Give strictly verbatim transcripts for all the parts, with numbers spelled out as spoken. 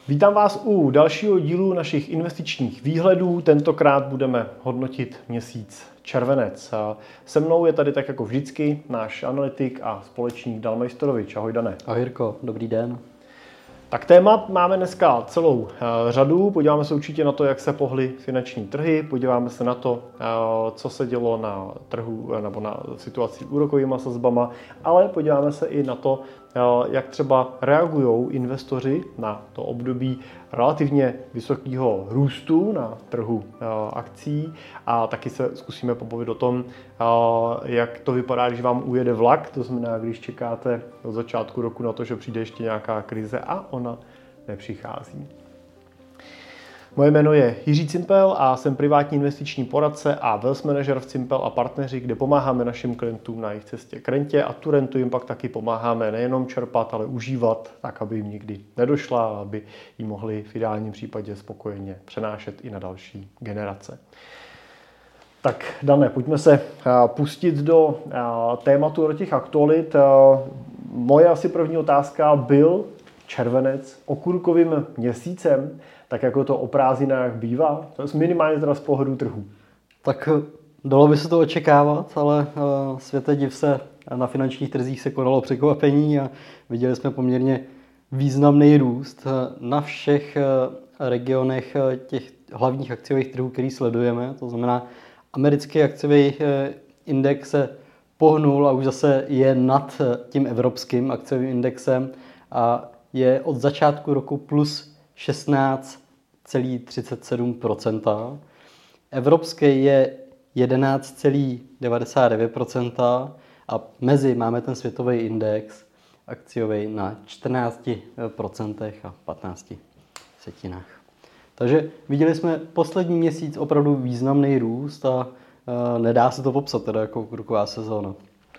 Vítám vás u dalšího dílu našich investičních výhledů. Tentokrát budeme hodnotit měsíc červenec. Se mnou je tady tak jako vždycky náš analytik a společník Dan Majstorovič. Ahoj Dane. Ahoj Jirko, dobrý den. Tak témat máme dneska celou řadu. Podíváme se určitě na to, jak se pohly finanční trhy, podíváme se na to, co se dělo na trhu nebo na situaci úrokovými sazbama, ale podíváme se i na to, jak třeba reagují investoři na to období relativně vysokého růstu na trhu akcí a taky se zkusíme pobavit o tom, jak to vypadá, když vám ujede vlak, to znamená, když čekáte od začátku roku na to, že přijde ještě nějaká krize a ona nepřichází. Moje jméno je Jiří Cimpel a jsem privátní investiční poradce a wealth manager v Cimpel a partneři, kde pomáháme našim klientům na jejich cestě k rentě a tu rentu jim pak taky pomáháme nejenom čerpat, ale užívat tak, aby jim nikdy nedošla a aby ji mohli v ideálním případě spokojeně přenášet i na další generace. Tak Dane, pojďme se pustit do tématu, do těch aktualit. Moje asi první otázka byl červenec okurkovým měsícem, tak jako to o prázdninách bývá, to je minimálně teda z pohledu trhu. Tak dalo by se to očekávat, ale uh, světe div se, na finančních trzích se konalo překvapení a viděli jsme poměrně významný růst na všech uh, regionech uh, těch hlavních akciových trhů, který sledujeme. To znamená, americký akciový uh, index se pohnul a už zase je nad tím evropským akciovým indexem a je od začátku roku plus šestnáct celá třicet sedm procenta. Evropský je jedenáct celá devadesát devět procenta a mezi máme ten světový index akciový na čtrnáct procent a patnáct setinách. Takže viděli jsme poslední měsíc opravdu významný růst a uh, nedá se to popsat teda jako úroková sezóna.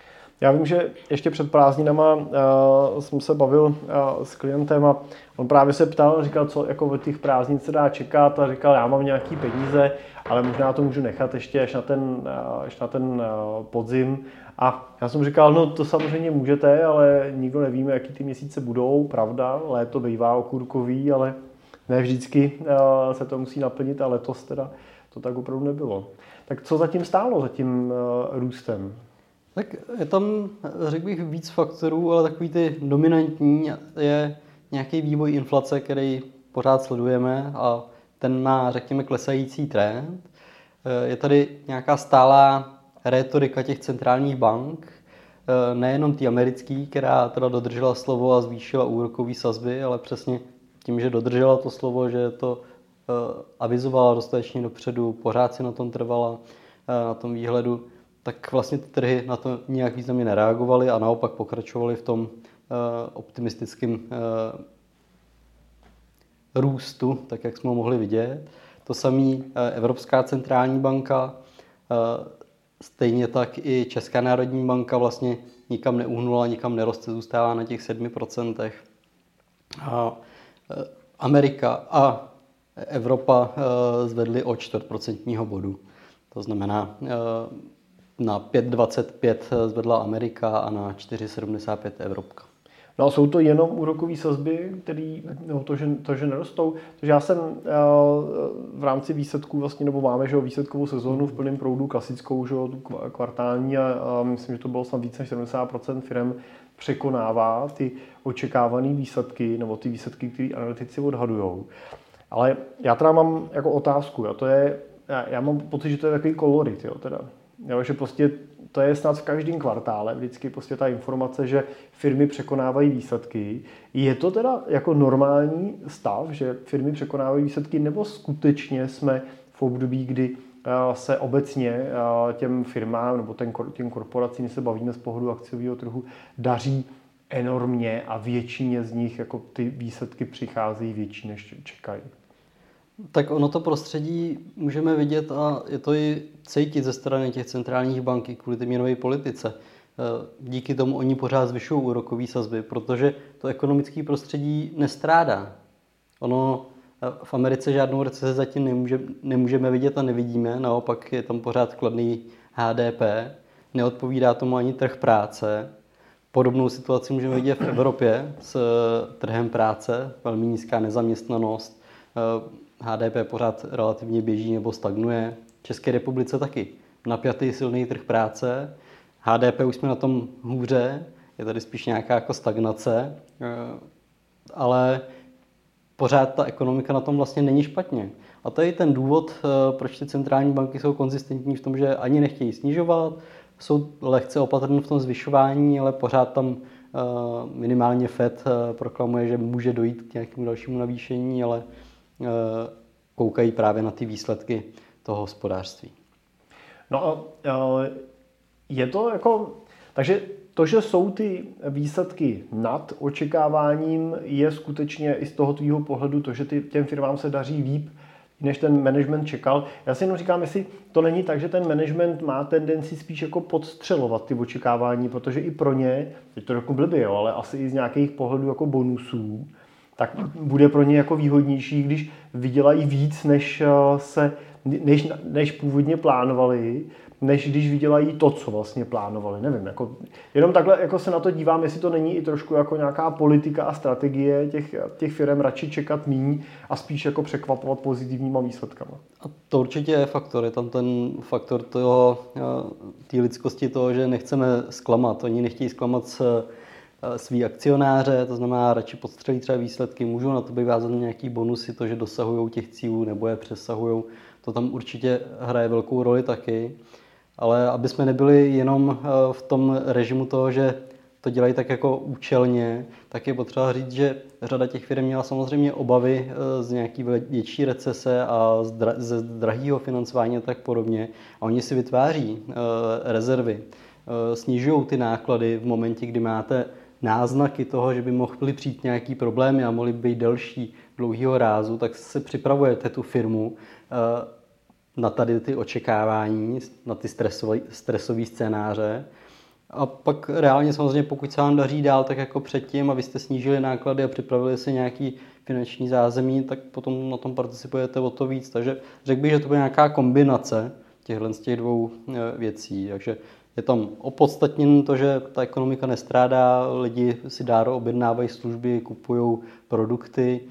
Já vím, že ještě před prázdninama uh, jsem se bavil uh, s klientem a on právě se ptal, říkal, co jako od těch prázdnin se dá čekat a říkal, já mám nějaký peníze, ale možná to můžu nechat ještě až na ten, uh, až na ten uh, podzim. A já jsem říkal, no to samozřejmě můžete, ale nikdo nevíme, jaký ty měsíce budou, pravda, léto bývá okurkový, ale ne vždycky uh, se to musí naplnit a letos teda to tak opravdu nebylo. Tak co zatím stálo za tím uh, růstem? Tak je tam, řekl bych, víc faktorů, ale takový ty dominantní je nějaký vývoj inflace, který pořád sledujeme a ten má, řekněme, klesající trend. Je tady nějaká stálá rétorika těch centrálních bank, nejenom ty americký, která teda dodržela slovo a zvýšila úrokové sazby, ale přesně tím, že dodržela to slovo, že to avizovala dostatečně dopředu, pořád si na tom trvala, na tom výhledu, tak vlastně ty trhy na to nijak významně nereagovaly a naopak pokračovaly v tom uh, optimistickém uh, růstu, tak jak jsme ho mohli vidět. To samé uh, Evropská centrální banka, uh, stejně tak i Česká národní banka vlastně nikam neuhnula, nikam neroste, zůstává na těch sedmi procentech. A uh, Amerika a Evropa uh, zvedly o čtvrt procentního bodu. To znamená, uh, na pět celá dvacet pět zvedla Amerika a na čtyři celá sedmdesát pět Evropka. No a jsou to jenom úrokové sazby, který, no to, že, to, že nerostou. Takže já jsem uh, v rámci výsledků vlastně, nebo máme že, výsledkovou sezónu v plném proudu, klasickou, že, tu kvartální a, a myslím, že to bylo snad více než sedmdesát procent firem překonává ty očekávané výsledky, nebo ty výsledky, které analytici odhadujou. Ale já teda mám jako otázku, a to je, já, já mám pocit, že to je takový kolorit, jo, teda. Jo, že prostě to je snad v každém kvartále vždycky prostě ta informace, že firmy překonávají výsledky. Je to teda jako normální stav, že firmy překonávají výsledky, nebo skutečně jsme v období, kdy se obecně těm firmám nebo těm korporacím, se bavíme z pohledu akciového trhu, daří enormně a většině z nich jako ty výsledky přicházejí větší, než čekají? Tak ono to prostředí můžeme vidět a je to i cítit ze strany těch centrálních bank kvůli té měnové politice. Díky tomu oni pořád zvyšují úrokové sazby, protože to ekonomické prostředí nestrádá. Ono v Americe žádnou recesi zatím nemůže, nemůžeme vidět a nevidíme, naopak je tam pořád kladný H D P, neodpovídá tomu ani trh práce Podobnou situaci můžeme vidět v Evropě s trhem práce, velmi nízká nezaměstnanost, H D P pořád relativně běží nebo stagnuje. V České republice taky napjatý silný trh práce, H D P už jsme na tom hůře, je tady spíš nějaká jako stagnace, ale pořád ta ekonomika na tom vlastně není špatně. A to je ten důvod, proč ty centrální banky jsou konzistentní v tom, že ani nechtějí snižovat, jsou lehce opatrní v tom zvyšování, ale pořád tam minimálně Fed proklamuje, že může dojít k nějakému dalšímu navýšení, ale koukají právě na ty výsledky toho hospodářství. No a je to jako, takže to, že jsou ty výsledky nad očekáváním, je skutečně i z toho tvýho pohledu to, že ty, těm firmám se daří líp, než ten management čekal. Já si jenom říkám, jestli to není tak, že ten management má tendenci spíš jako podstřelovat ty očekávání, protože i pro ně, teď to řeknu blbě, jo, ale asi i z nějakých pohledů jako bonusů, tak bude pro ně jako výhodnější, když vydělají víc, než, se, než, než původně plánovali, než když vydělají to, co vlastně plánovali. Nevím, jako, jenom takhle jako se na to dívám, jestli to není i trošku jako nějaká politika a strategie těch, těch firm radši čekat míň a spíš jako překvapovat pozitivníma výsledkama. A to určitě je faktor. Je tam ten faktor toho, té lidskosti toho, že nechceme zklamat. Oni nechtějí zklamat s svý akcionáře, to znamená radši podstřelí třeba výsledky, můžou na to být vázat nějaký bonusy, to, že dosahují těch cílů nebo je přesahují, to tam určitě hraje velkou roli taky. Ale aby jsme nebyli jenom v tom režimu toho, že to dělají tak jako účelně, tak je potřeba říct, že řada těch firm měla samozřejmě obavy z nějaký větší recese a ze drahého financování a tak podobně. A oni si vytváří rezervy, snižují ty náklady v momentě, kdy máte náznaky toho, že by mohly přijít nějaký problémy a mohly být delší, dlouhého rázu, tak se připravujete tu firmu na tady ty očekávání, na ty stresové scénáře. A pak reálně samozřejmě, pokud se vám daří dál, tak jako předtím, a vy jste snížili náklady a připravili si nějaký finanční zázemí, tak potom na tom participujete o to víc. Takže řekl bych, že to bude nějaká kombinace těchto z těch dvou věcí. Takže je tam opodstatněné to, že ta ekonomika nestrádá, lidi si dáro objednávají služby, kupují produkty.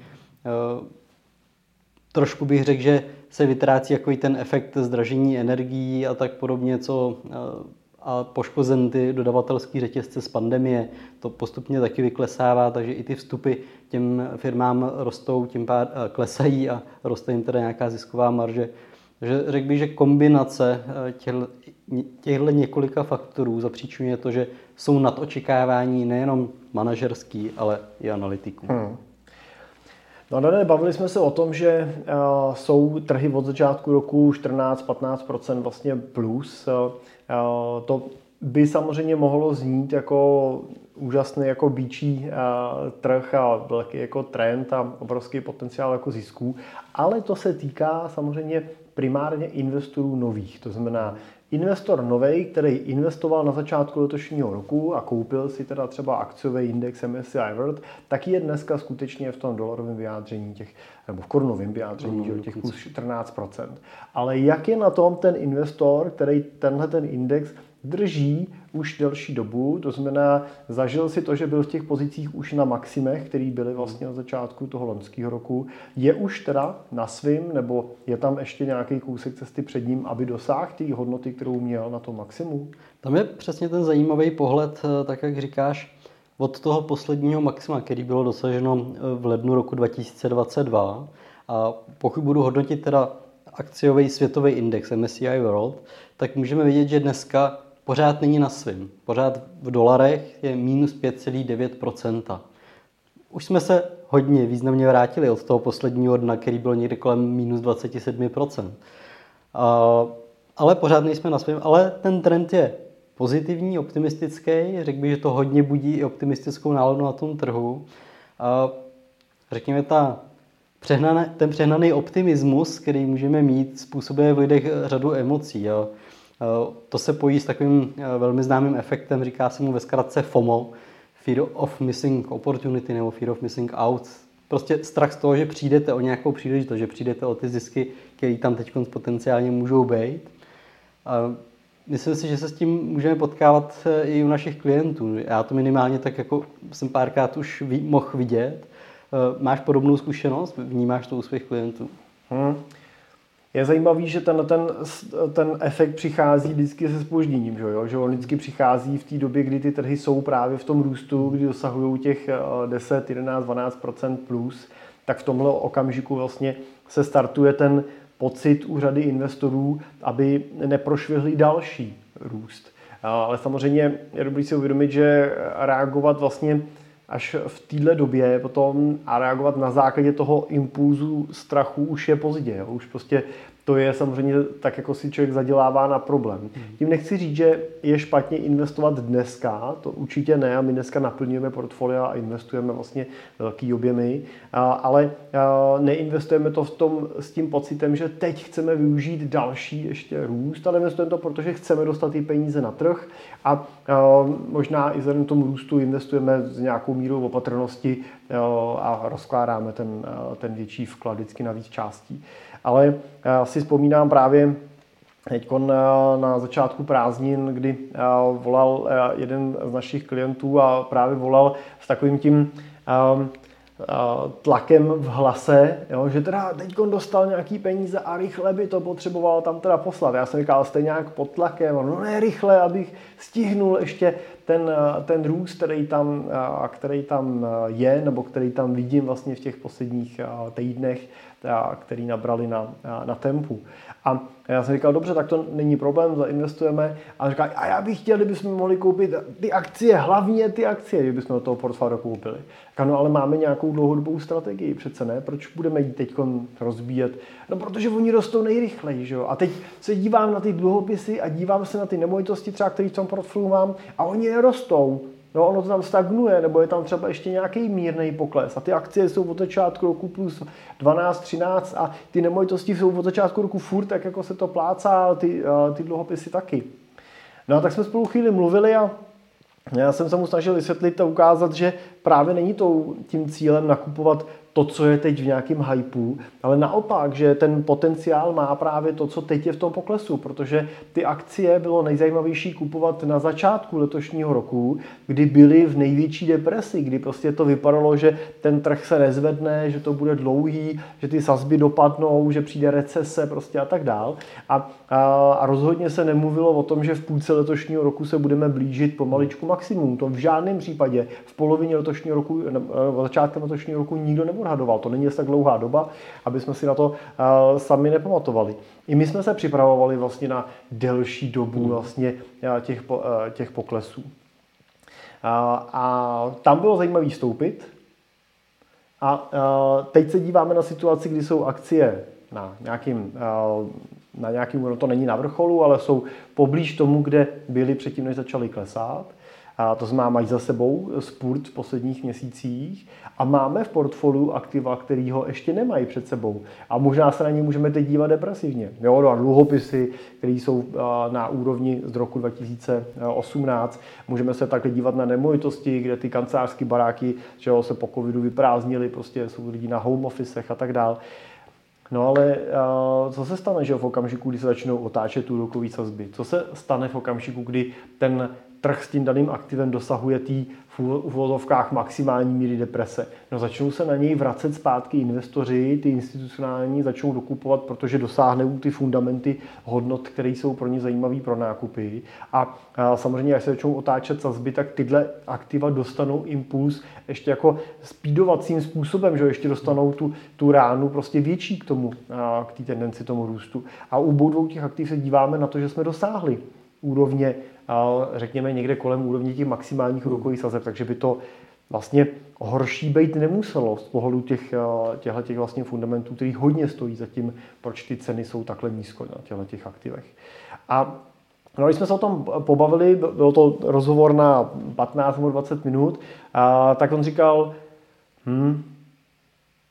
Trošku bych řekl, že se vytrácí jako ten efekt zdražení energií a tak podobně, co a poškozen ty dodavatelské řetězce z pandemie. To postupně taky vyklesává, takže i ty vstupy těm firmám rostou, tím pár klesají a roste jim teda nějaká zisková marže. Takže řekl bych, že kombinace těchto několika faktorů zapříčinuje to, že jsou nad očekávání nejenom manažerský, ale i analytiků. Hmm. No ne, bavili jsme se o tom, že uh, jsou trhy od začátku roku čtrnáct až patnáct procent vlastně plus. Uh, to by samozřejmě mohlo znít jako úžasný jako býčí uh, trh a velký jako trend a obrovský potenciál jako zisků, ale to se týká samozřejmě primárně investorů nových. To znamená, investor novej, který investoval na začátku letošního roku a koupil si teda třeba akciový index M S C I World, tak je dneska skutečně v tom dolarovém vyjádření těch, nebo v korunovém vyjádření mm, těch plus čtrnáct procent. Ale jak je na tom ten investor, který tenhle ten index drží už delší dobu, to znamená, zažil si to, že byl v těch pozicích už na maximech, který byly vlastně na začátku toho loňského roku, je už teda na svým, nebo je tam ještě nějaký kousek cesty před ním, aby dosáhl té hodnoty, kterou měl na to maximum? Tam je přesně ten zajímavý pohled, tak jak říkáš, od toho posledního maxima, který bylo dosaženo v lednu roku dva tisíce dvacet dva. A pokud budu hodnotit teda akciový světový index M S C I World, tak můžeme vidět, že dneska pořád není na svým. Pořád v dolarech je minus pět celá devět procenta. Už jsme se hodně významně vrátili od toho posledního dna, který byl někde kolem minus dvacet sedm procent. Ale pořád nejsme na svým. Ale ten trend je pozitivní, optimistický. Řekl bych, že to hodně budí i optimistickou náladu na tom trhu. Řekněme, ta přehnané, ten přehnaný optimismus, který můžeme mít, způsobuje v lidech řadu emocí. Jo. To se pojí s takovým velmi známým efektem, říká se mu ve zkratce FOMO, Fear of Missing Opportunity nebo Fear of Missing Out. Prostě strach z toho, že přijdete o nějakou příležitost, že přijdete o ty zisky, které tam teď potenciálně můžou být. Myslím si, že se s tím můžeme potkávat i u našich klientů. Já to minimálně tak jako jsem párkrát už ví, mohl vidět. Máš podobnou zkušenost? Vnímáš to u svých klientů? Hmm. Je zajímavý, že ten, ten, ten efekt přichází vždycky se zpožděním, že, jo? Že on vždycky přichází v té době, kdy ty trhy jsou právě v tom růstu, kdy dosahují těch deset, jedenáct, dvanáct procent plus, tak v tomhle okamžiku vlastně se startuje ten pocit u řady investorů, aby neprošvihli další růst. Ale samozřejmě je dobré si uvědomit, že reagovat vlastně až v téhle době potom a reagovat na základě toho impulzu strachu už je pozdě. Jo? Už prostě to je samozřejmě tak, jako si člověk zadělává na problém. Tím nechci říct, že je špatně investovat dneska, to určitě ne, a my dneska naplňujeme portfolia a investujeme vlastně velký objemy, ale neinvestujeme to v tom s tím pocitem, že teď chceme využít další ještě růst, ale investujeme to, protože chceme dostat ty peníze na trh a možná i vzhledem k tomu růstu investujeme s nějakou mírou opatrnosti a rozkládáme ten, ten větší vklad vždycky na víc částí. Ale já si vzpomínám právě teď na začátku prázdnin, kdy volal jeden z našich klientů a právě volal s takovým tím tlakem v hlase, jo, že teda teď dostal nějaký peníze a rychle by to potřeboval tam teda poslat. Já jsem říkal, jste nějak pod tlakem, no ne rychle, abych stihnul ještě ten, ten růst, který tam, který tam je, nebo který tam vidím vlastně v těch posledních týdnech, který nabrali na, na tempu. A já jsem říkal, dobře, tak to není problém, zainvestujeme. A říkal, a já bych chtěl, kdybychom mohli koupit ty akcie, hlavně ty akcie, kdybychom do toho portfolia koupili. Říkal, no ale máme nějakou dlouhodobou strategii, přece ne? Proč budeme jít teď rozbíjet? No protože oni rostou nejrychleji, že jo? A teď se dívám na ty dluhopisy a dívám se na ty nemovitosti, třeba, které v tom portfoliu mám, a oni nerostou. No, ono to tam stagnuje, nebo je tam třeba ještě nějaký mírný pokles. A ty akcie jsou od začátku roku plus dvanáct, třináct a ty nemovitosti jsou od začátku roku furt, tak jako se to plácá, ty, ty dluhopisy taky. No a tak jsme spolu chvíli mluvili a já jsem se mu snažil vysvětlit a ukázat, že právě není to tím cílem nakupovat to, co je teď v nějakém hypeu, ale naopak, že ten potenciál má právě to, co teď je v tom poklesu, protože ty akcie bylo nejzajímavější kupovat na začátku letošního roku, kdy byly v největší depresi, kdy prostě to vypadalo, že ten trh se nezvedne, že to bude dlouhý, že ty sazby dopadnou, že přijde recese prostě a tak dál. A, a, a rozhodně se nemluvilo o tom, že v půlce letošního roku se budeme blížit pomaličku maximum. To v žádném případě v polovině letošního roku, v začátkem letošního roku nikdo nebude odhadoval. To není tak dlouhá doba, aby jsme si na to uh, sami nepamatovali. I my jsme se připravovali vlastně na delší dobu vlastně těch, uh, těch poklesů. Uh, a tam bylo zajímavé vstoupit. A uh, teď se díváme na situaci, kdy jsou akcie na nějakým, uh, na nějakým, no to není na vrcholu, ale jsou poblíž tomu, kde byly předtím, než začaly klesat. A to znamená, mají za sebou spurt v posledních měsících a máme v portfoliu aktiva, který ho ještě nemají před sebou. A možná se na ně můžeme teď dívat depresivně. Jo, no, dluhopisy, které jsou na úrovni z roku dva tisíce osmnáct. Můžeme se takhle dívat na nemovitosti, kde ty kancelářské baráky, že se po covidu vyprázdnily, prostě jsou lidi na home officech a tak dále. No ale uh, co se stane, že v okamžiku, kdy se začnou otáčet úrokové sazby? Co se stane v okamžiku, kdy ten trh s tím daným aktivem dosahuje tý v uvozovkách maximální míry deprese? No začnou se na něj vracet zpátky investoři, ty institucionální začnou dokupovat, protože dosáhnou ty fundamenty hodnot, které jsou pro ně zajímavé pro nákupy. A, a samozřejmě, jak se začnou otáčet sazby, tak tyhle aktiva dostanou impuls ještě jako speedovacím způsobem, že ještě dostanou tu, tu ránu prostě větší k tomu, a, k té tendenci tomu růstu. A u obou dvou těch aktiv se díváme na to, že jsme dosáhli úrovně, řekněme někde kolem úrovně těch maximálních úrokových sazeb, takže by to vlastně horší být nemuselo z pohledu těch, těchto těch vlastně fundamentů, který hodně stojí za tím, proč ty ceny jsou takhle nízko na těchto těch aktivech. A no, když jsme se o tom pobavili, byl to rozhovor na patnáct nebo dvacet minut, a tak on říkal, hm,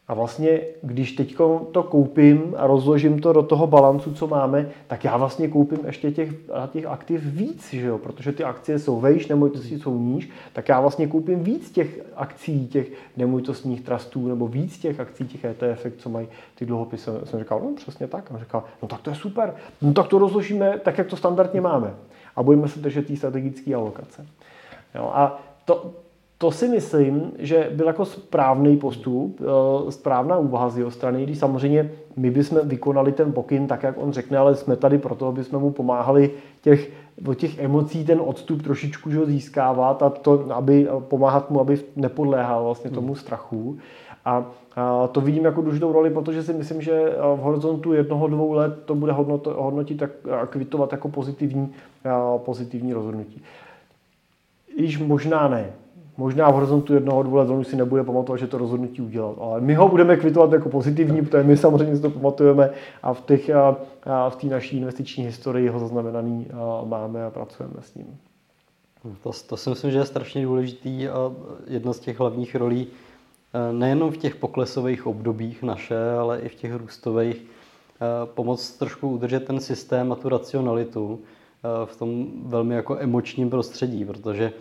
A vlastně, když teď to koupím a rozložím to do toho balancu, co máme, tak já vlastně koupím ještě těch, těch aktiv víc, že jo? Protože ty akcie jsou vejš, nemovitosti jsou níž, tak já vlastně koupím víc těch akcí, těch nemovitostních trustů, nebo víc těch akcí, těch E T F, co mají ty dluhopisy. Jsem říkal, no přesně tak. A říkal, no tak to je super, no tak to rozložíme tak, jak to standardně máme. A budeme se držet té strategické alokace. Jo? A to, To si myslím, že byl jako správný postup, správná úvaha z jeho strany, když samozřejmě my bychom vykonali ten pokyn tak, jak on řekne, ale jsme tady proto, aby jsme mu pomáhali těch, od těch emocí ten odstup trošičku že ho získávat a to, aby pomáhat mu, aby nepodléhal vlastně tomu strachu. A, a to vidím jako důležitou roli, protože si myslím, že v horizontu jednoho, dvou let to bude hodnot, hodnotit a kvitovat jako pozitivní, pozitivní rozhodnutí. Již možná ne. Možná v horizontu jednoho, dvou let on už si nebude pamatovat, že to rozhodnutí udělal. Ale my ho budeme kvitovat jako pozitivní, protože my samozřejmě si to pamatujeme a v těch, a v té naší investiční historii ho zaznamenaný máme a pracujeme s ním. To, to si myslím, že je strašně důležitý a jedna z těch hlavních rolí nejenom v těch poklesových obdobích naše, ale i v těch růstových pomoct trošku udržet ten systém a tu racionalitu v tom velmi jako emočním prostředí, protože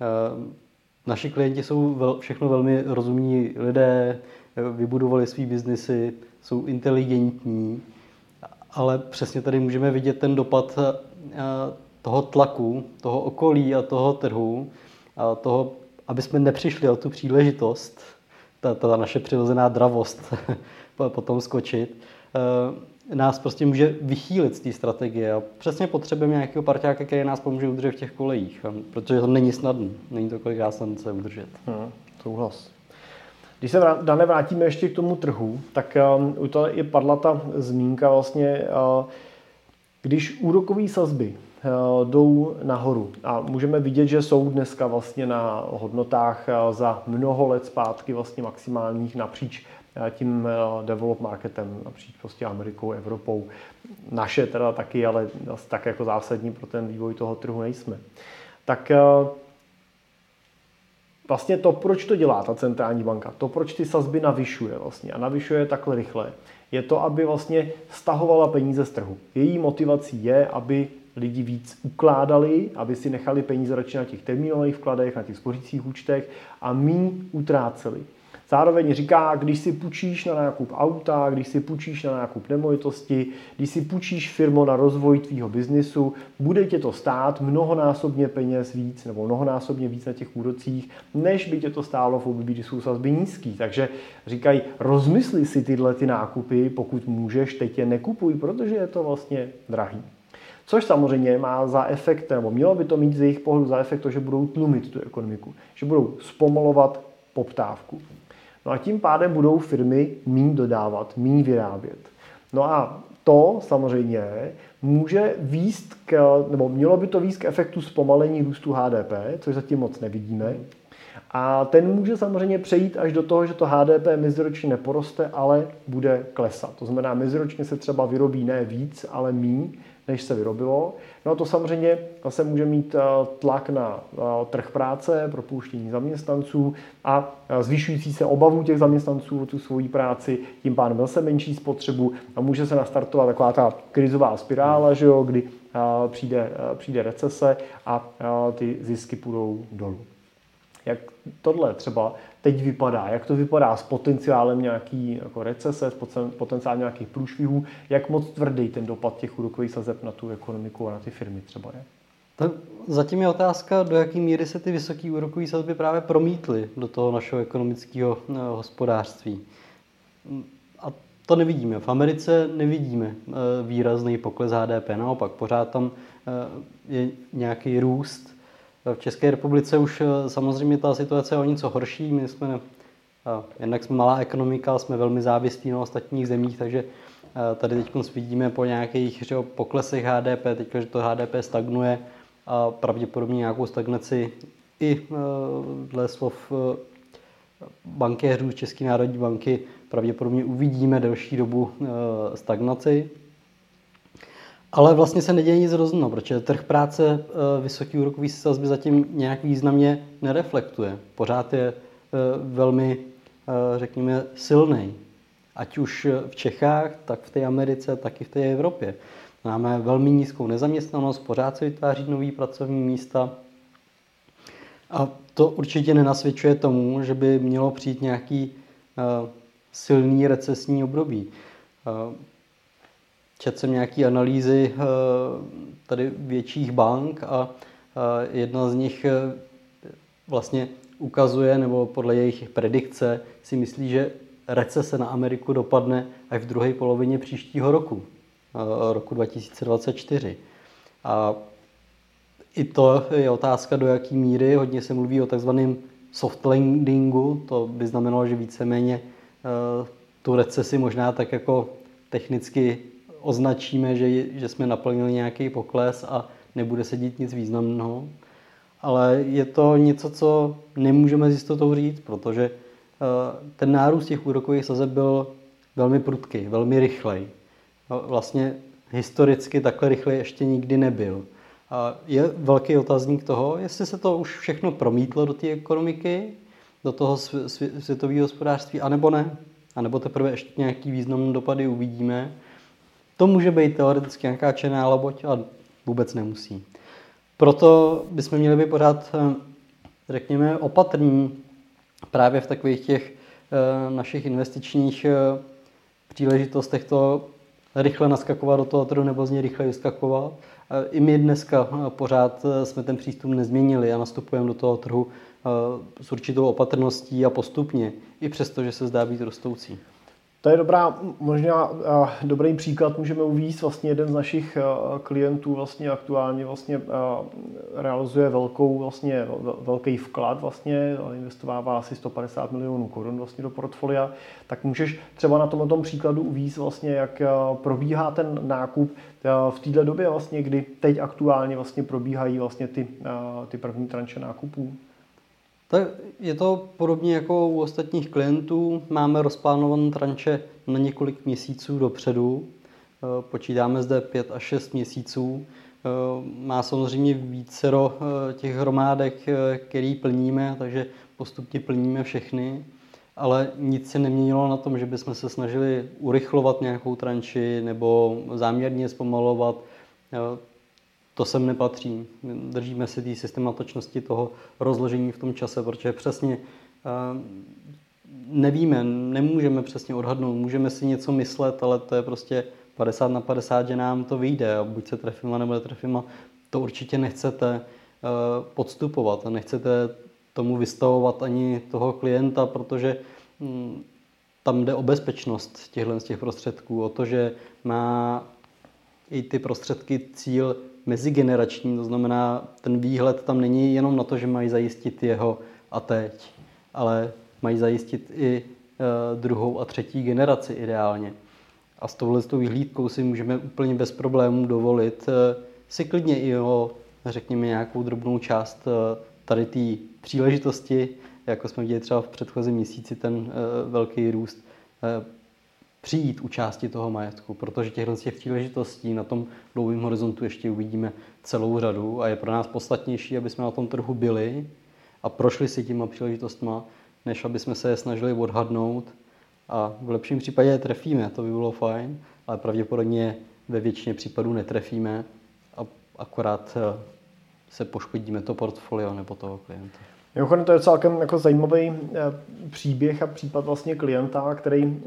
naši klienti jsou vel, všechno velmi rozumní lidé, vybudovali svý biznesy, jsou inteligentní, ale přesně tady můžeme vidět ten dopad toho tlaku, toho okolí a toho trhu, a toho, aby jsme nepřišli o tu příležitost, ta, ta naše přirozená dravost potom skočit, nás prostě může vychýlit z té strategie a přesně potřebujeme nějakého parťáka, který nás pomůže udržet v těch kolejích, protože to není snadné, není to kolikrát snadné se udržet. Hmm, souhlas. Když se Dane vrátíme ještě k tomu trhu, tak uh, u toho je padla ta zmínka vlastně, uh, když úrokové sazby uh, jdou nahoru a můžeme vidět, že jsou dneska vlastně na hodnotách uh, za mnoho let zpátky vlastně maximálních napříč tím develop marketem, napříč prostě Amerikou, Evropou. Naše teda taky, ale tak jako zásadní pro ten vývoj toho trhu nejsme. Tak vlastně to, proč to dělá ta centrální banka, to, proč ty sazby navyšuje vlastně a navyšuje takhle rychle, je to, aby vlastně stahovala peníze z trhu. Její motivací je, aby lidi víc ukládali, aby si nechali peníze radši na těch termínových vkladech, na těch spořících účtech a míň utráceli. Zároveň říká, když si půjčíš na nákup auta, když si půjčíš na nákup nemovitosti, když si půjčíš firmu na rozvoj tvýho biznisu, bude tě to stát mnohonásobně peněz víc nebo mnohonásobně víc na těch úrocích, než by tě to stálo v období, kdy jsou sazby nízký. Takže říkají, rozmysli si tyhle ty nákupy, pokud můžeš, teď je nekupuj, protože je to vlastně drahý. Což samozřejmě má za efekt, nebo mělo by to mít z jejich pohledu za efekt to, že budou tlumit tu ekonomiku, že budou zpomalovat poptávku. No a tím pádem budou firmy míň dodávat, míň vyrábět. No a to samozřejmě může vést k, nebo mělo by to vést k efektu zpomalení růstu H D P, což zatím moc nevidíme. A ten může samozřejmě přejít až do toho, že to H D P meziročně neporoste, ale bude klesat. To znamená, meziročně se třeba vyrobí ne víc, ale míň, než se vyrobilo. No a to samozřejmě zase může mít tlak na trh práce, propouštění zaměstnanců a zvyšující se obavu těch zaměstnanců o tu svoji práci, tím pádem zase menší spotřebu a může se nastartovat taková ta krizová spirála, že jo, kdy přijde, přijde recese a ty zisky půjdou dolů. Jak tohle třeba teď vypadá, jak to vypadá s potenciálem nějaký jako recese, s potenciálem nějakých průšvihů, jak moc tvrdý ten dopad těch úrokových sazeb na tu ekonomiku a na ty firmy třeba je? Tak zatím je otázka, do jaké míry se ty vysoké úrokové sazby právě promítly do toho našeho ekonomického hospodářství. A to nevidíme. V Americe nevidíme výrazný pokles H D P, naopak pořád tam je nějaký růst. V České republice už samozřejmě ta situace je o něco horší. My jsme, jednak jsme malá ekonomika, jsme velmi závislí na ostatních zemích, takže tady teď vidíme po nějakých že, poklesech H D P, teď, že to H D P stagnuje a pravděpodobně nějakou stagnaci i dle slov bankéřů z České národní banky pravděpodobně uvidíme delší dobu stagnaci. Ale vlastně se neděje nic rozhodného, protože trh práce vysoký úrokový sazby zatím nějak významně nereflektuje. Pořád je velmi řekněme, silný. Ať už v Čechách, tak v té Americe, tak i v té Evropě. Máme velmi nízkou nezaměstnanost, pořád se vytváří nový pracovní místa. A to určitě nenasvědčuje tomu, že by mělo přijít nějaký uh, silný recesní období. Uh, četl jsem nějaké analýzy uh, tady větších bank a uh, jedna z nich uh, vlastně ukazuje, nebo podle jejich predikce si myslí, že recese na Ameriku dopadne až v druhé polovině příštího roku, uh, roku dva tisíce dvacet čtyři. A i to je otázka, do jaké míry. Hodně se mluví o takzvaném soft landingu. To by znamenalo, že víceméně uh, tu recesi možná tak jako technicky označíme, že, že jsme naplnili nějaký pokles a nebude se dít nic významného. Ale je to něco, co nemůžeme s jistotou říct, protože uh, ten nárůst těch úrokových sazeb byl velmi prudký, velmi rychlej. Vlastně historicky takhle rychle ještě nikdy nebyl. A je velký otazník toho, jestli se to už všechno promítlo do té ekonomiky, do toho světového hospodářství, anebo ne. A nebo teprve ještě nějaký významné dopady uvidíme. To může být teoreticky nějaká černá loď, ale vůbec nemusí. Proto bychom měli být pořád, řekněme, opatrní právě v takových těch našich investičních příležitostech to rychle naskakovat do toho trhu nebo z něj rychle vyskakovat. I my dneska pořád jsme ten přístup nezměnili a nastupujeme do toho trhu s určitou opatrností a postupně, i přesto, že se zdá být rostoucí. To je dobrá, možná dobrý příklad můžeme uvést. Vlastně jeden z našich klientů vlastně aktuálně vlastně realizuje velkou, vlastně velký vklad, vlastně investovává asi sto padesát milionů korun vlastně do portfolia. Tak můžeš třeba na tomto příkladu uvést vlastně, jak probíhá ten nákup v této době vlastně, kdy teď aktuálně vlastně probíhají vlastně ty, ty první tranše nákupů. Tak je to podobně jako u ostatních klientů. Máme rozplánované tranše na několik měsíců dopředu. Počítáme zde pět až šest měsíců. Má samozřejmě vícero těch hromádek, který plníme, takže postupně plníme všechny. Ale nic se neměnilo na tom, že bychom se snažili urychlovat nějakou tranši nebo záměrně zpomalovat. To sem nepatří. Držíme si té systematičnosti toho rozložení v tom čase, protože přesně nevíme, nemůžeme přesně odhadnout. Můžeme si něco myslet, ale to je prostě padesát na padesát, že nám to vyjde a buď se trefíme, nebo netrefíme. To určitě nechcete podstupovat a nechcete tomu vystavovat ani toho klienta, protože tam jde o bezpečnost těchto z těch prostředků, o to, že má i ty prostředky cíl mezigenerační, to znamená, ten výhled tam není jenom na to, že mají zajistit jeho a teď, ale mají zajistit i e, druhou a třetí generaci ideálně. A s touhletou vyhlídkou si můžeme úplně bez problémů dovolit e, si klidně i o, řekněme, nějakou drobnou část e, tady té příležitosti, jako jsme viděli třeba v předchozím měsíci ten e, velký růst, e, přijít u části toho majetku, protože těchto těch příležitostí na tom dlouhém horizontu ještě uvidíme celou řadu a je pro nás podstatnější, aby jsme na tom trhu byli a prošli si těma příležitostma, než aby jsme se je snažili odhadnout a v lepším případě je trefíme, to by bylo fajn, ale pravděpodobně ve většině případů netrefíme a akorát se poškodíme to portfolio nebo toho klienta. Mimochodem, to je celkem jako zajímavý příběh a případ vlastně klienta, který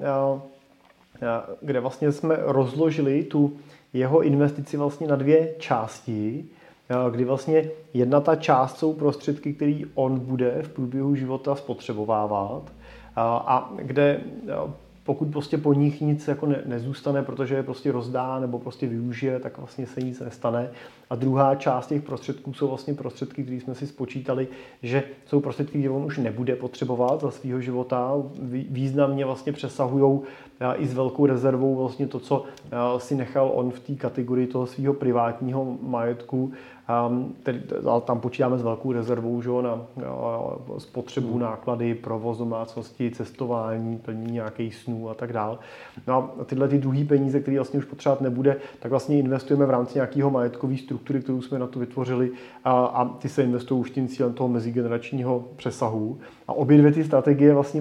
kde vlastně jsme rozložili tu jeho investici vlastně na dvě části, kdy vlastně jedna ta část jsou prostředky, které on bude v průběhu života spotřebovávat a kde pokud prostě po nich nic jako ne, nezůstane, protože je prostě rozdá nebo prostě využije, tak vlastně se nic nestane. A druhá část těch prostředků jsou vlastně prostředky, které jsme si spočítali, že jsou prostředky, které on už nebude potřebovat za svého života. Významně vlastně přesahují i s velkou rezervou vlastně to, co si nechal on v té kategorii toho svého privátního majetku. Tedy, tam počítáme s velkou rezervou, že, na spotřebu, náklady, provoz domácnosti, cestování, plnění nějakých snů a tak dále. No a tyhle ty druhé peníze, které vlastně už potřebovat nebude, tak vlastně investujeme v rámci nějakého majetkové struktury, kterou jsme na to vytvořili a, a ty se investují už tím cílem toho mezigeneračního přesahu. A obě dvě ty strategie vlastně mají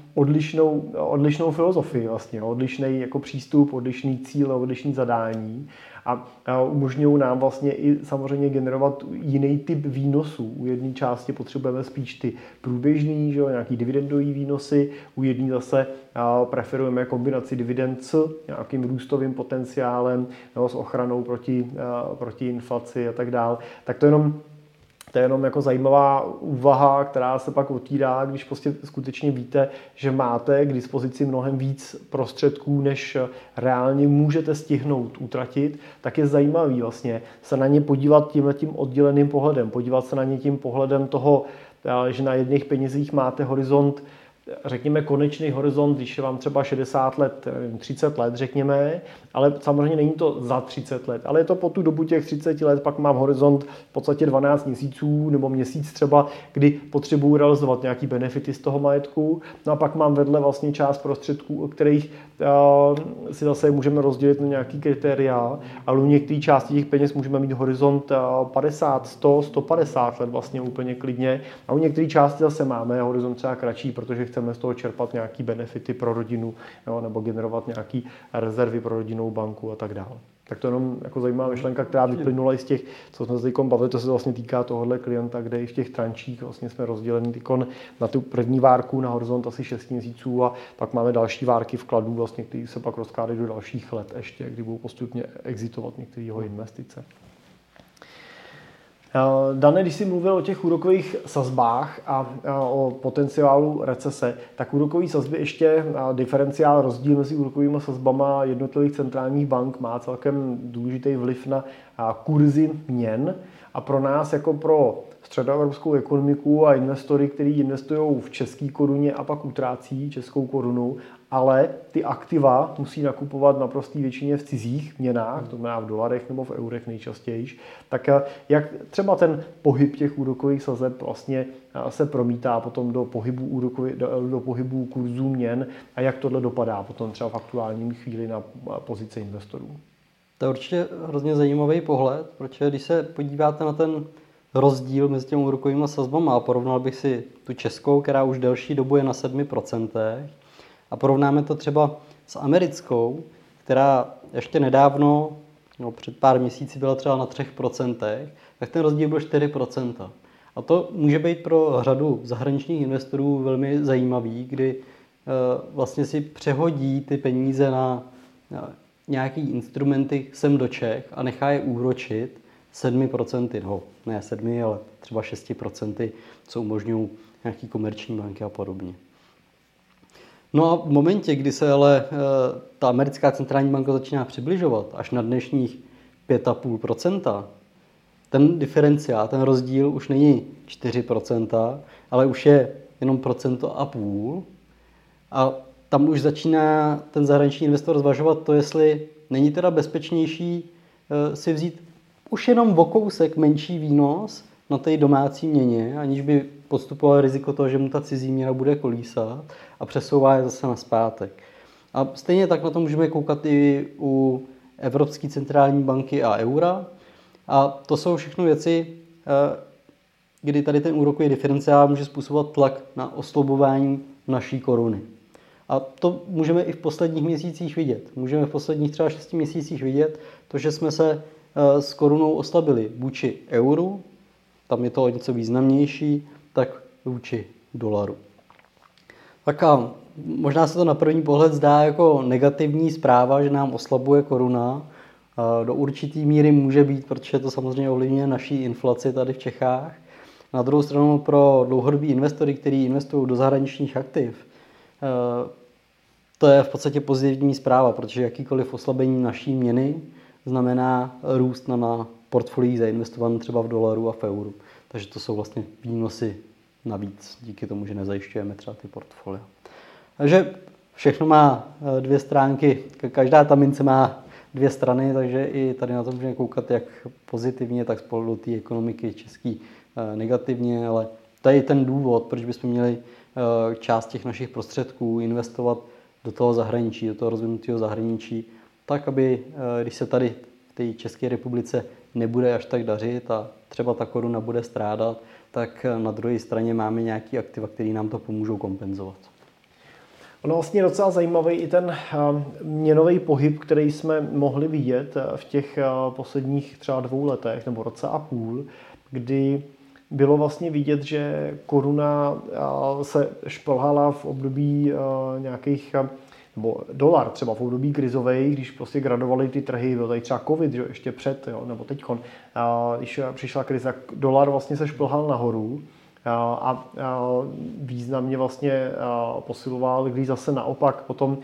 odlišnou, odlišnou filozofii vlastně, odlišný jako přístup, odlišný cíl, odlišný zadání a umožňují nám vlastně i samozřejmě generovat jiný typ výnosů. U jedné části potřebujeme spíš ty průběžný, že jo, nějaký dividendový výnosy, u jedné zase preferujeme kombinaci dividend s nějakým růstovým potenciálem nebo s ochranou proti, proti inflaci a tak dále. Tak to jenom To je jenom jako zajímavá úvaha, která se pak otvírá, když prostě skutečně víte, že máte k dispozici mnohem víc prostředků, než reálně můžete stihnout utratit, tak je zajímavý vlastně se na ně podívat tímhletím odděleným pohledem. Podívat se na ně tím pohledem toho, že na jedných penězích máte horizont, řekněme konečný horizont, když je vám třeba šedesát let, třicet let, řekněme, ale samozřejmě není to za třicet let, ale je to po tu dobu těch třicet let, pak mám horizont v podstatě dvanáct měsíců nebo měsíc třeba, kdy potřebuji realizovat nějaký benefity z toho majetku, no a pak mám vedle vlastně část prostředků, o kterých uh, si zase můžeme rozdělit na nějaký kritéria, ale u některé části těch peněz můžeme mít horizont uh, padesát, sto, sto padesát let vlastně úplně klidně a u některé části zase máme horizont třeba kratší, protože chceme z toho čerpat nějaký benefity pro rodinu, jo, nebo generovat nějaký rezervy pro rodinnou banku a tak dále. Tak to je jenom jako zajímavá myšlenka, která vyplynula i z těch, co jsme se teď bavili, to se vlastně týká tohohle klienta, kde i v těch trančích vlastně jsme rozděleni na tu první várku na horizont asi šest měsíců a pak máme další várky vkladů, vlastně, které se pak rozkládají do dalších let ještě, kdy budou postupně exitovat některé jeho investice. Dane, když jsi mluvil o těch úrokových sazbách a o potenciálu recese, tak úrokové sazby ještě diferenciál rozdíl mezi úrokovými sazbama jednotlivých centrálních bank má celkem důležitý vliv na kurzy měn a pro nás jako pro středoevropskou ekonomiku a investory, kteří investují v české koruně a pak utrácí českou korunu, ale ty aktiva musí nakupovat naprosté většině v cizích měnách, to znamená v dolarech nebo v eurech nejčastěji. Tak jak třeba ten pohyb těch úrokových sazeb vlastně se promítá potom do pohybu, úrokový, do, do pohybu kurzů měn a jak tohle dopadá potom třeba v aktuálním chvíli na pozici investorů? To je určitě hrozně zajímavý pohled, protože když se podíváte na ten rozdíl mezi těmi úrokovými sazbami a porovnal bych si tu českou, která už delší dobu je na sedm procent, a porovnáme to třeba s americkou, která ještě nedávno, no před pár měsíci byla třeba na tři procenta, tak ten rozdíl byl čtyři procenta. A to může být pro řadu zahraničních investorů velmi zajímavý, kdy e, vlastně si přehodí ty peníze na, na nějaký instrumenty sem do Čech a nechá je úročit sedm procent, no ne sedm, ale třeba šest procent, co umožňují nějaký komerční banky a podobně. No a v momentě, kdy se ale e, ta americká centrální banka začíná přibližovat až na dnešních pět celá pět procenta, ten diferenciál, ten rozdíl už není čtyři procenta, ale už je jenom procento a půl. A tam už začíná ten zahraniční investor zvažovat to, jestli není teda bezpečnější e, si vzít už jenom o kousek menší výnos na té domácí měně, aniž by podstupoval riziko toho, že mu ta cizí měna bude kolísat a přesouvá je zase nazpátek. A stejně tak na to můžeme koukat i u Evropské centrální banky a eura. A to jsou všechno věci, kdy tady ten úrokový diferenciál může způsobovat tlak na oslabování naší koruny. A to můžeme i v posledních měsících vidět. Můžeme v posledních třeba šesti měsících vidět to, že jsme se s korunou oslabili vůči euru, tam je to o něco významnější, tak vůči dolaru. Tak a možná se to na první pohled zdá jako negativní zpráva, že nám oslabuje koruna. Do určitý míry může být, protože to samozřejmě ovlivňuje naší inflaci tady v Čechách. Na druhou stranu pro dlouhodobí investory, kteří investují do zahraničních aktiv, to je v podstatě pozitivní zpráva, protože jakýkoliv oslabení naší měny znamená růst na, na portfoliích zainvestované třeba v dolaru a v euru. Takže to jsou vlastně výnosy navíc, díky tomu, že nezajišťujeme třeba ty portfolia. Takže všechno má dvě stránky, každá ta mince má dvě strany, takže i tady na to můžeme koukat jak pozitivně, tak z pohledu té ekonomiky český negativně, ale to je ten důvod, proč bychom měli část těch našich prostředků investovat do toho zahraničí, do toho rozvinutého zahraničí, tak, aby když se tady v té České republice nebude až tak dařit a třeba ta koruna bude strádat, tak na druhé straně máme nějaký aktiva, které nám to pomůžou kompenzovat. Ono vlastně docela zajímavý i ten měnový pohyb, který jsme mohli vidět v těch posledních třeba dvou letech nebo roce a půl, kdy bylo vlastně vidět, že koruna se šplhala v období nějakých, nebo dolar třeba v období krizových, když prostě gradovaly ty trhy, byl tady třeba covid, že ještě před, jo, nebo teďkon, když přišla krize, tak dolar vlastně se šplhal nahoru. A významně vlastně posiloval, když zase naopak potom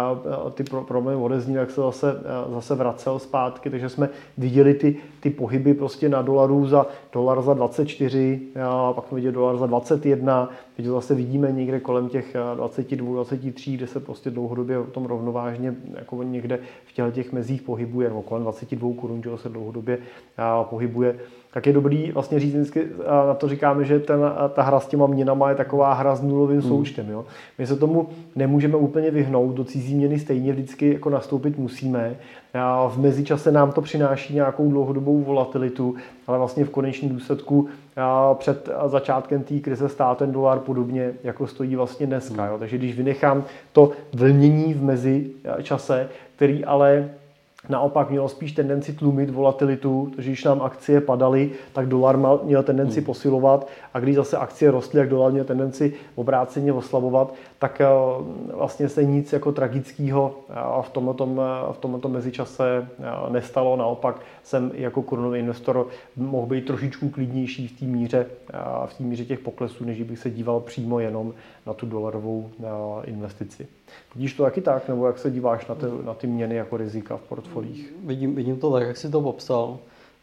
ty problémy odezní, jak se zase, zase vracel zpátky, takže jsme viděli ty, ty pohyby prostě na dolaru za dolar za dvacet čtyři, pak jsme viděli dolar za dvacet jedna, teď zase vidíme někde kolem těch dvacet dva, dvacet tři, kde se prostě dlouhodobě o tom rovnovážně jako někde v těchto těch mezích pohybuje, nebo kolem dvacet dva korun, že se dlouhodobě pohybuje. Tak je dobrý vlastně říct, vždycky na to říkáme, že ten, ta hra s těma měnama je taková hra s nulovým hmm. součtem. Jo? My se tomu nemůžeme úplně vyhnout, do cizí měny stejně vždycky jako nastoupit musíme. A v mezičase nám to přináší nějakou dlouhodobou volatilitu, ale vlastně v konečném důsledku před začátkem té krize stál ten dolar podobně, jako stojí vlastně dneska. Jo? Takže když vynechám to vlnění v mezičase, který ale naopak mělo spíš tendenci tlumit volatilitu, takže když nám akcie padaly, tak dolar měl tendenci posilovat a když zase akcie rostly, jak dolar měl tendenci obráceně oslabovat, tak vlastně se nic jako tragického v tomto, v tomto mezičase nestalo. Naopak jsem jako korunový investor mohl být trošičku klidnější v té míře, v té míře těch poklesů, než bych se díval přímo jenom na tu dolarovou investici. Vidíš to taky tak, nebo jak se díváš na ty, na ty měny jako rizika v portfoliích? Vidím, vidím to tak, jak jsi to popsal.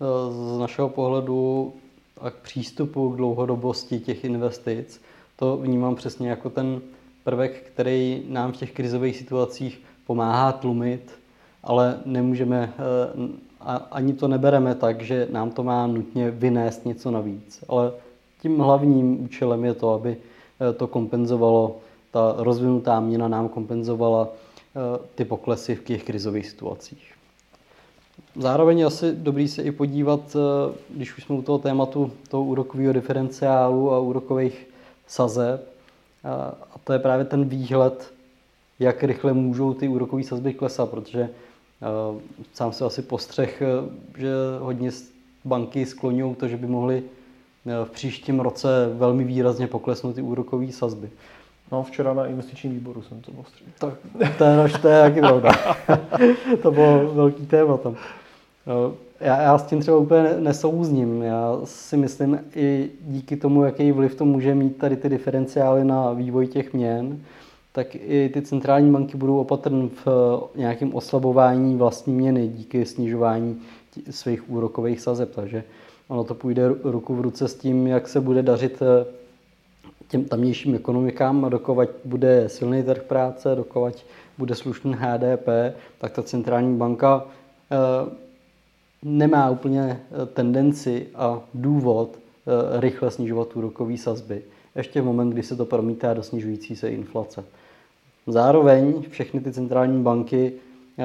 Z našeho pohledu a k přístupu k dlouhodobosti těch investic, to vnímám přesně jako ten prvek, který nám v těch krizových situacích pomáhá tlumit, ale nemůžeme, ani to nebereme tak, že nám to má nutně vynést něco navíc. Ale tím hlavním účelem je to, aby to kompenzovalo, ta rozvinutá měna nám kompenzovala ty poklesy v těch krizových situacích. Zároveň je asi dobrý se i podívat, když už jsme u toho tématu toho úrokového diferenciálu a úrokových sazeb, a to je právě ten výhled, jak rychle můžou ty úrokové sazby klesat, protože sám se asi postřeh, že hodně banky skloňují to, že by mohly v příštím roce velmi výrazně poklesnout ty úrokové sazby. No, včera na investičním výboru jsem to postřehl. To, to je naš, to je taky pravda. To bylo velký téma tam. Já, já s tím třeba úplně nesouzním. Já si myslím i díky tomu, jaký vliv to může mít tady ty diferenciály na vývoj těch měn, tak i ty centrální banky budou opatrné v nějakém oslabování vlastní měny díky snižování svých úrokových sazeb. Takže ono to půjde ruku v ruce s tím, jak se bude dařit těm tamnějším ekonomikám a dokovat bude silný trh práce, dokovat bude slušný H D P, tak ta centrální banka e, nemá úplně tendenci a důvod e, rychle snižovat úrokové sazby. Ještě v moment, kdy se to promítá do snižující se inflace. Zároveň všechny ty centrální banky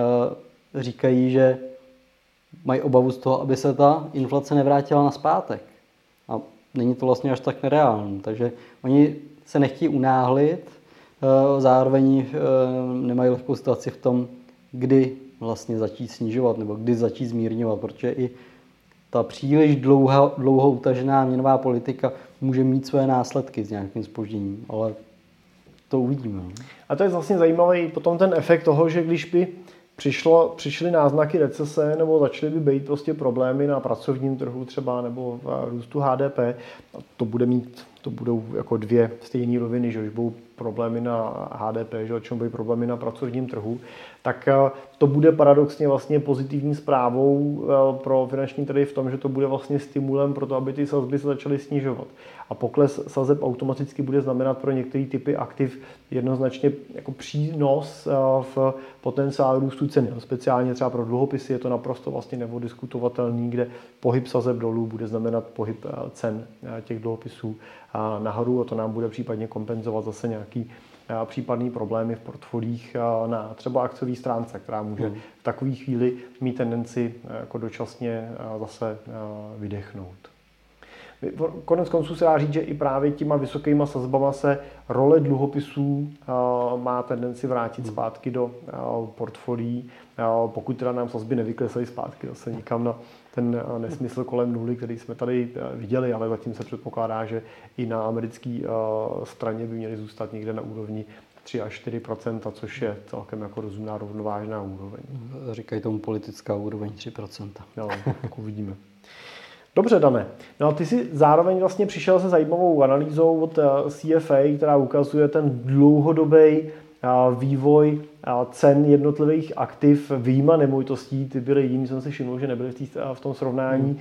e, říkají, že mají obavu z toho, aby se ta inflace nevrátila nazpátek. A není to vlastně až tak nereálné. Takže oni se nechtějí unáhlit, zároveň nemají lehkou situaci v tom, kdy vlastně začít snižovat nebo kdy začít zmírňovat, protože i ta příliš dlouho, dlouho utažená měnová politika může mít své následky s nějakým zpožděním, ale to uvidíme. A to je vlastně zajímavý potom ten efekt toho, že když by Přišlo, přišly náznaky recese nebo začaly by být prostě problémy na pracovním trhu třeba nebo v růstu H D P. To bude mít, to budou jako dvě stejné roviny, že už budou problémy na H D P, že o čem budou problémy na pracovním trhu, tak to bude paradoxně vlastně pozitivní zprávou pro finanční trhy v tom, že to bude vlastně stimulem pro to, aby ty sazby se začaly snižovat. A pokles sazeb automaticky bude znamenat pro některé typy aktiv jednoznačně jako přínos v potenciálu růstu ceny. Speciálně třeba pro dluhopisy je to naprosto vlastně neodiskutovatelný, kde pohyb sazeb dolů bude znamenat pohyb cen těch dluhopisů nahoru a to nám bude případně kompenzovat zase nějaký případný problémy v portfolích na třeba akciové stránce, která může v takové chvíli mít tendenci jako dočasně zase vydechnout. Konec konců se dá říct, že i právě těma vysokýma sazbama se role dluhopisů má tendenci vrátit zpátky do portfolií, pokud teda nám sazby nevyklesají zpátky zase nikam na ten nesmysl kolem nuly, který jsme tady viděli, ale zatím se předpokládá, že i na americké straně by měly zůstat někde na úrovni tři až čtyři procenta, což je celkem jako rozumná rovnovážná úroveň. Říkají tomu politická úroveň tři procenta. No, tak uvidíme. Dobře, Dane. No a ty jsi zároveň vlastně přišel se zajímavou analýzou od C F A, která ukazuje ten dlouhodobý vývoj cen jednotlivých aktiv vyjma nemovitostí. Ty byly jiný, jsem si všiml, že nebyly v, tý, v tom srovnání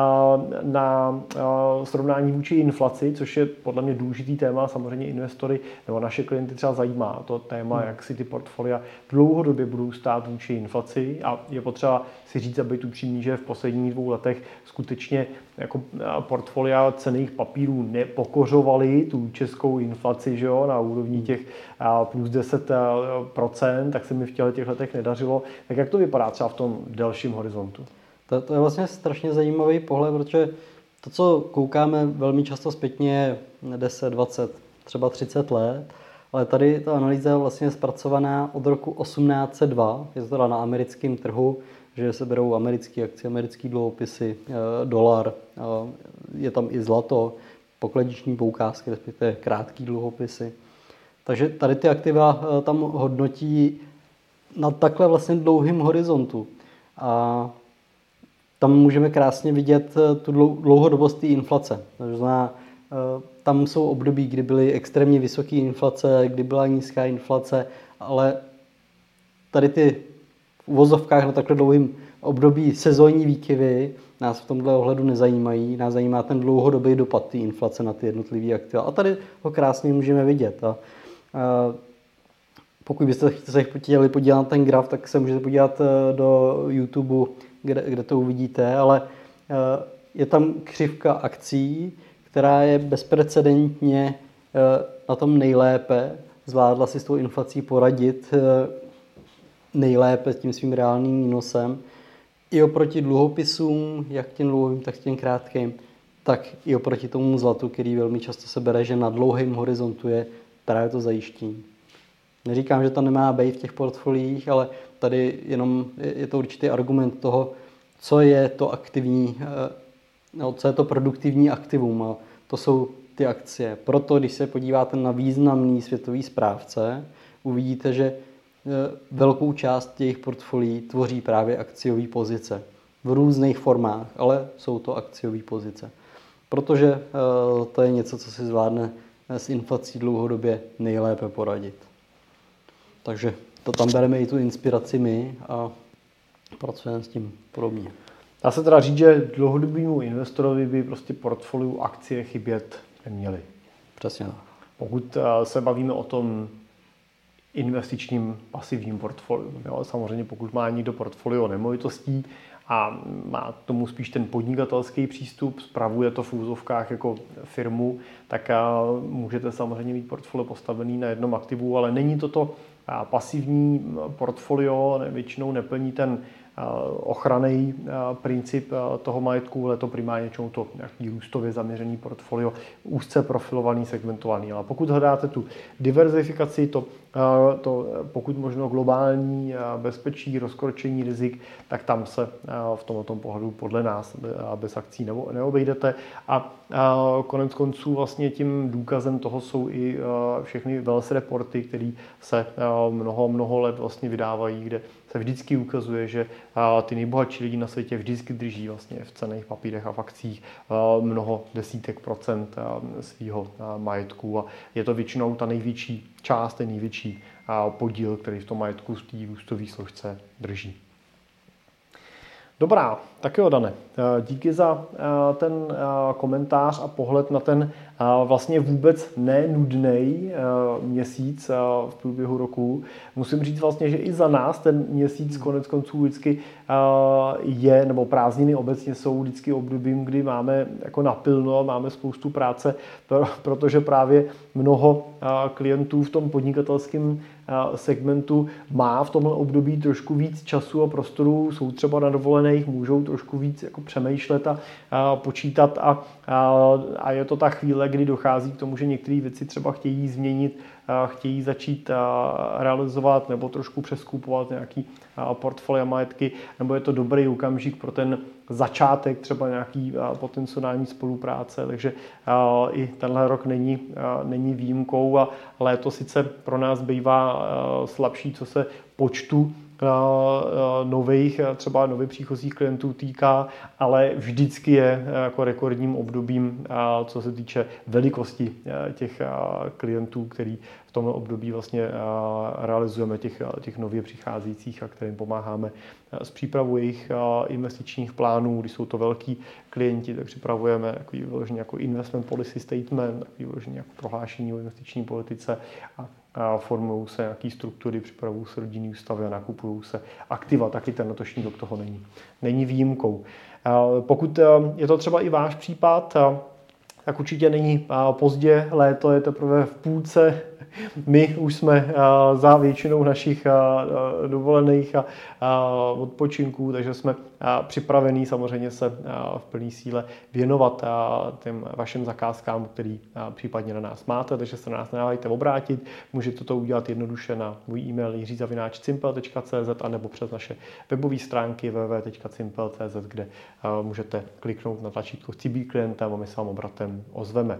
na srovnání vůči inflaci, což je podle mě důležitý téma. Samozřejmě investory nebo naše klienty třeba zajímá to téma, jak si ty portfolia dlouhodobě budou stát vůči inflaci, a je potřeba si říct, aby tu upřímný, že v posledních dvou letech skutečně jako portfolia cenných papírů nepokořovaly tu českou inflaci, že jo, na úrovni těch plus deset procent, tak se mi v těch letech nedařilo. Tak jak to vypadá třeba v tom delším horizontu? To, to je vlastně strašně zajímavý pohled, protože to, co koukáme velmi často zpětně, je deset, dvacet, třeba třicet let, ale tady ta analýza je vlastně zpracovaná od roku osmnáct set dva, je to teda na americkém trhu, že se berou americké akcie, americké dluhopisy, dolar, je tam i zlato, pokladiční poukázky, respektive krátké dluhopisy. Takže tady ty aktiva tam hodnotí na takhle vlastně dlouhým horizontu. A tam můžeme krásně vidět tu dlouhodobost té inflace. To znamená, tam jsou období, kdy byly extrémně vysoké inflace, kdy byla nízká inflace, ale tady ty v uvozovkách na takhle dlouhým období sezónní výkyvy nás v tomhle ohledu nezajímají. Nás zajímá ten dlouhodobý dopad té inflace na ty jednotlivé aktiva. A tady ho krásně můžeme vidět. A pokud byste se chtěli podívat na ten graf, tak se můžete podívat do YouTube, kde, kde to uvidíte, ale je tam křivka akcí, která je bezprecedentně na tom nejlépe, zvládla si s tou inflací poradit nejlépe s tím svým reálným výnosem. I oproti dluhopisům, jak těm dlouhým, tak těm krátkým, tak i oproti tomu zlatu, který velmi často se bere, že na dlouhém horizontu je právě to zajištění. Neříkám, že to nemá být v těch portfoliích, ale tady jenom je to určitý argument toho, co je to aktivní, no, co je to produktivní aktivum. A to jsou ty akcie. Proto, když se podíváte na významný světový správce, uvidíte, že velkou část těch portfolií tvoří právě akciové pozice. V různých formách, ale jsou to akciové pozice. Protože to je něco, co si zvládne s inflací dlouhodobě nejlépe poradit. Takže to tam bereme i tu inspiraci my a pracujeme s tím podobně. Dá se teda říct, že dlouhodobému investorovi by prostě portfoliu akcie chybět neměly. Přesně tak. Pokud se bavíme o tom investičním pasivním portfoliu. Jo, samozřejmě pokud má někdo portfolio nemovitostí a má tomu spíš ten podnikatelský přístup, spravuje to v úzovkách jako firmu, tak můžete samozřejmě mít portfolio postavený na jednom aktivu, ale není to to pasivní portfolio, většinou neplní ten ochranný princip toho majetku, ale to primárně čemu to nějaký růstově zaměřený portfolio, úzce profilovaný, segmentovaný. Ale pokud hledáte tu diverzifikaci, to, to pokud možno globální bezpečí, rozkročení rizik, tak tam se v tomto pohledu podle nás bez akcí neobejdete. A konec konců vlastně tím důkazem toho jsou i všechny Wells reporty, které se mnoho, mnoho let vlastně vydávají, kde se vždycky ukazuje, že ty nejbohatší lidi na světě vždycky drží vlastně v cenných papírech a v akcích mnoho desítek procent svého majetku a je to většinou ta největší část, ten největší podíl, který v tom majetku v té růstové složce drží. Dobrá, tak jo, Dane, díky za ten komentář a pohled na ten vlastně vůbec nenudný měsíc v průběhu roku. Musím říct vlastně, že i za nás ten měsíc konec konců vždycky je, nebo prázdniny obecně jsou vždycky obdobím, kdy máme jako napilno, máme spoustu práce, protože právě mnoho klientů v tom podnikatelském segmentu má v tomhle období trošku víc času a prostoru, jsou třeba na dovolených, můžou trošku víc jako přemýšlet a, a počítat a, a, a je to ta chvíle, kdy dochází k tomu, že některé věci třeba chtějí změnit, a chtějí začít a, realizovat nebo trošku přeskupovat nějaký a, portfolia majetky, nebo je to dobrý okamžik pro ten začátek třeba nějaký a, potenciální spolupráce, takže a, i tenhle rok není, a, není výjimkou a léto sice pro nás bývá a, slabší, co se počtu nových, třeba nově příchozích klientů týká, ale vždycky je jako rekordním obdobím, co se týče velikosti těch klientů, který v tomto období vlastně realizujeme, těch, těch nově přicházejících a kterým pomáháme s přípravou jejich investičních plánů. Když jsou to velký klienti, tak připravujeme takový vyložený jako investment policy statement, takový vyložený jako prohlášení o investiční politice a formují se nějaké struktury, připravují se rodinný ústavy a nakupují se aktiva. Taky ten letošní rok toho není, není výjimkou. Pokud je to třeba i váš případ, tak určitě není pozdě, léto je teprve v půlce. My už jsme za většinou našich dovolených a odpočinků, takže jsme připravení samozřejmě se v plné síle věnovat těm vašim zakázkám, který případně na nás máte, takže se na nás nenávajte obrátit. Můžete to udělat jednoduše na můj e-mail jiří zavináč cimpel tečka cé zet a nebo přes naše webové stránky w w w tečka cimpel tečka cé zet, kde můžete kliknout na tlačítko Chci být klientem a my se vám obratem ozveme.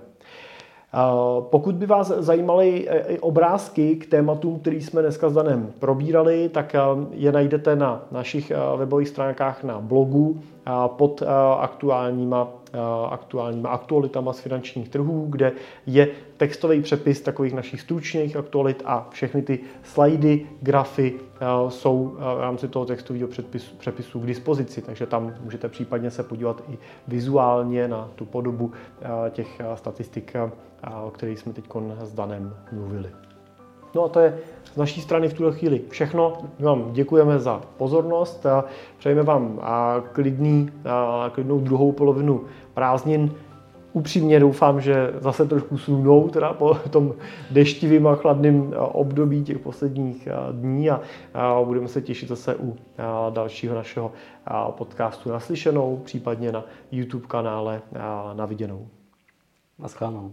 Pokud by vás zajímaly obrázky k tématům, který jsme dneska s Danem probírali, tak je najdete na našich webových stránkách na blogu pod aktuálníma, aktuálníma aktualitama z finančních trhů, kde je textový přepis takových našich stručných aktualit a všechny ty slajdy, grafy jsou v rámci toho textového přepisu, přepisu k dispozici, takže tam můžete případně se podívat i vizuálně na tu podobu těch statistik, o kterých jsme teď s Danem mluvili. No a to je z naší strany v tuhle chvíli všechno. My vám děkujeme za pozornost a přejeme vám klidný, klidnou druhou polovinu prázdnin. Upřímně doufám, že zase trošku slunou teda po tom deštivým a chladným období těch posledních dní a budeme se těšit zase u dalšího našeho podcastu Naslyšenou, případně na YouTube kanále Na viděnou. Naschledanou.